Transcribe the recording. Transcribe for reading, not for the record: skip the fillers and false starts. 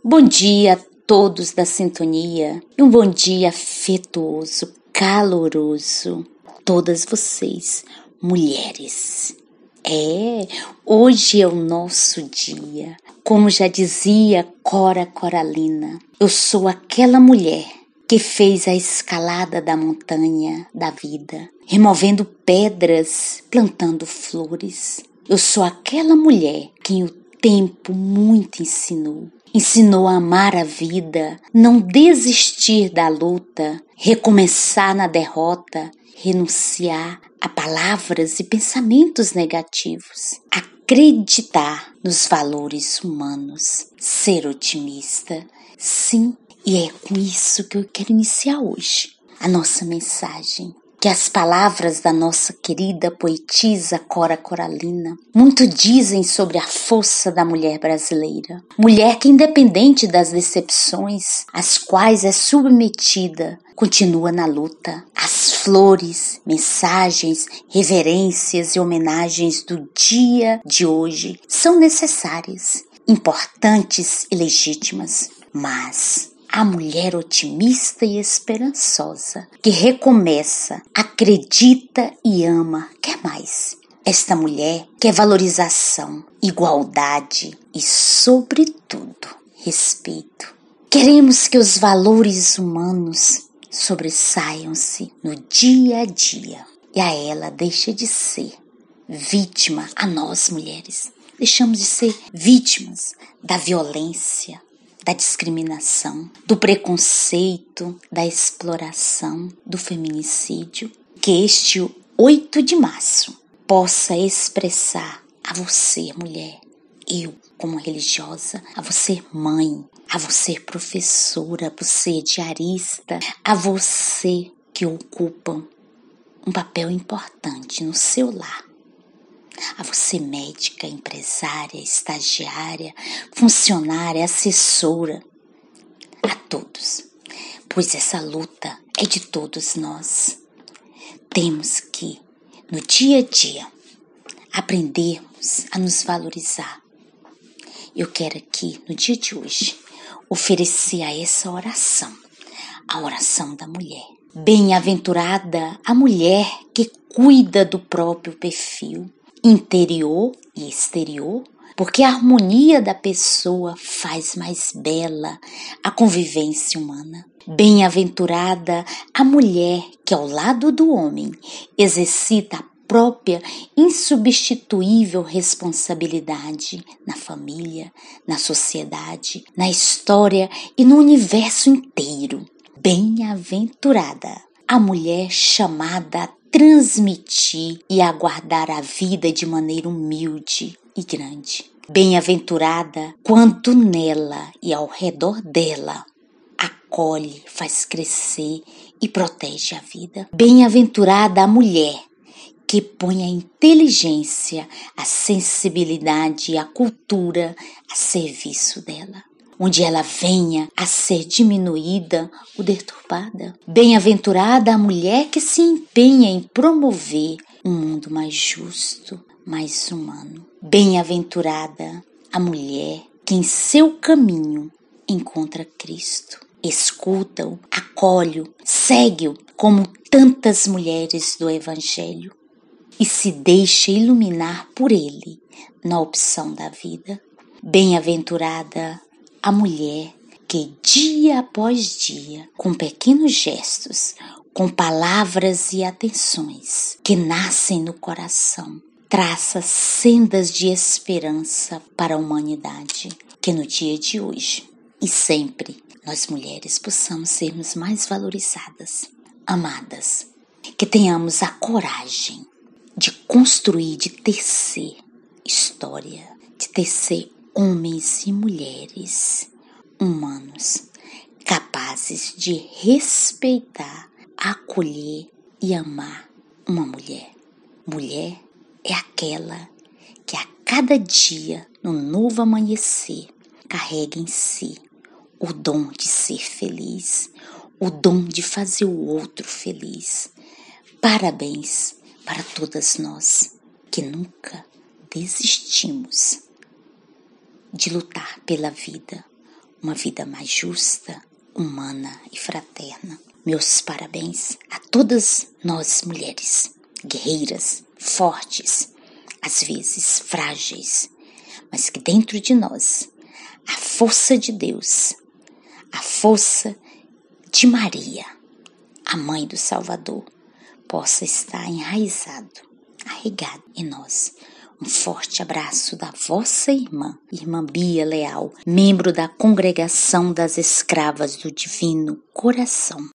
Bom dia a todos da sintonia e um bom dia afetuoso, caloroso. Todas vocês, mulheres. Hoje é o nosso dia. Como já dizia Cora Coralina, eu sou aquela mulher que fez a escalada da montanha da vida, removendo pedras, plantando flores. Eu sou aquela mulher quem o tempo muito ensinou. Ensinou a amar a vida, não desistir da luta, recomeçar na derrota, renunciar a palavras e pensamentos negativos, acreditar nos valores humanos, ser otimista. Sim, e é com isso que eu quero iniciar hoje a nossa mensagem. Que as palavras da nossa querida poetisa Cora Coralina muito dizem sobre a força da mulher brasileira. Mulher que, independente das decepções às quais é submetida, continua na luta. As flores, mensagens, reverências e homenagens do dia de hoje são necessárias, importantes e legítimas, mas a mulher otimista e esperançosa, que recomeça, acredita e ama, quer mais. Esta mulher quer valorização, igualdade e, sobretudo, respeito. Queremos que os valores humanos sobressaiam-se no dia a dia e a ela deixa de ser vítima, a nós mulheres. Deixamos de ser vítimas da violência, da discriminação, do preconceito, da exploração, do feminicídio. Que este 8 de março possa expressar a você, mulher, eu como religiosa, a você, mãe, a você, professora, a você, diarista, a você que ocupa um papel importante no seu lar. A você, médica, empresária, estagiária, funcionária, assessora, a todos, pois essa luta é de todos nós. Temos que, no dia a dia, aprendermos a nos valorizar. Eu quero aqui, no dia de hoje, oferecer a essa oração, a oração da mulher. Bem-aventurada a mulher que cuida do próprio perfil, interior e exterior, porque a harmonia da pessoa faz mais bela a convivência humana. Bem-aventurada a mulher que, ao lado do homem, exercita a própria insubstituível responsabilidade na família, na sociedade, na história e no universo inteiro. Bem-aventurada a mulher chamada a transmitir e aguardar a vida de maneira humilde e grande. Bem-aventurada quanto nela e ao redor dela acolhe, faz crescer e protege a vida. Bem-aventurada a mulher que põe a inteligência, a sensibilidade e a cultura a serviço dela, onde ela venha a ser diminuída ou deturbada. Bem-aventurada a mulher que se empenha em promover um mundo mais justo, mais humano. Bem-aventurada a mulher que em seu caminho encontra Cristo. Escuta-o, acolhe-o, segue-o como tantas mulheres do Evangelho e se deixa iluminar por ele na opção da vida. Bem-aventurada a mulher que dia após dia, com pequenos gestos, com palavras e atenções que nascem no coração, traça sendas de esperança para a humanidade. Que no dia de hoje e sempre nós mulheres possamos sermos mais valorizadas, amadas, que tenhamos a coragem de construir, de tecer história, de tecer homens e mulheres humanos capazes de respeitar, acolher e amar uma mulher. Mulher é aquela que a cada dia, no novo amanhecer, carrega em si o dom de ser feliz, o dom de fazer o outro feliz. Parabéns para todas nós que nunca desistimos de lutar pela vida, uma vida mais justa, humana e fraterna. Meus parabéns a todas nós mulheres, guerreiras, fortes, às vezes frágeis, mas que dentro de nós a força de Deus, a força de Maria, a mãe do Salvador, possa estar enraizado, arraigado em nós. Um forte abraço da vossa irmã Bia Leal, membro da Congregação das Escravas do Divino Coração.